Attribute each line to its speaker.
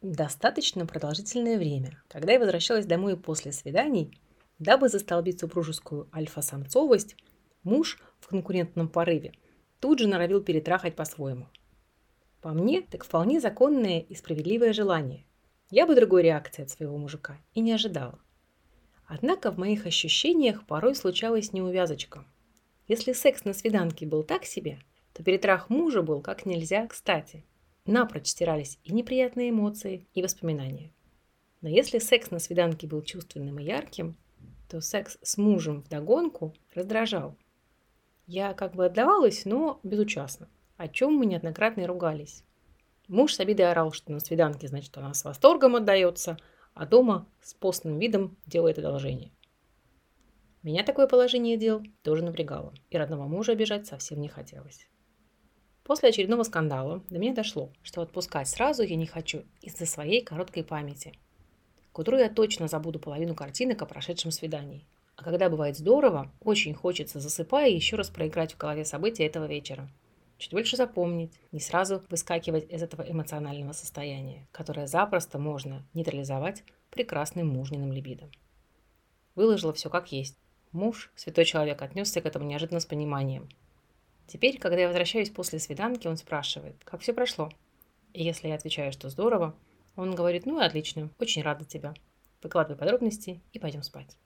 Speaker 1: Достаточно продолжительное время, когда я возвращалась домой после свиданий, дабы застолбить супружескую альфа-самцовость, муж в конкурентном порыве тут же норовил перетрахать по-своему. По мне, так вполне законное и справедливое желание. Я бы другой реакции от своего мужика и не ожидала. Однако в моих ощущениях порой случалась неувязочка. Если секс на свиданке был так себе, то перетрах мужа был как нельзя кстати. Напрочь стирались и неприятные эмоции, и воспоминания. Но если секс на свиданке был чувственным и ярким, то секс с мужем вдогонку раздражал. Я как бы отдавалась, но безучастно, о чем мы неоднократно и ругались. Муж с обидой орал, что на свиданке, значит, она с восторгом отдается, а дома с постным видом делает одолжение. Меня такое положение дел тоже напрягало, и родного мужа обижать совсем не хотелось. После очередного скандала до меня дошло, что отпускать сразу я не хочу из-за своей короткой памяти. К утру я точно забуду половину картинок о прошедшем свидании. А когда бывает здорово, очень хочется, засыпая, еще раз проиграть в голове события этого вечера. Чуть больше запомнить, не сразу выскакивать из этого эмоционального состояния, которое запросто можно нейтрализовать прекрасным мужниным либидо. Выложила все как есть. Муж, святой человек, отнесся к этому неожиданно с пониманием. Теперь, когда я возвращаюсь после свиданки, он спрашивает, как все прошло. И если я отвечаю, что здорово, он говорит, ну и отлично, очень рада тебя. Выкладывай подробности и пойдем спать.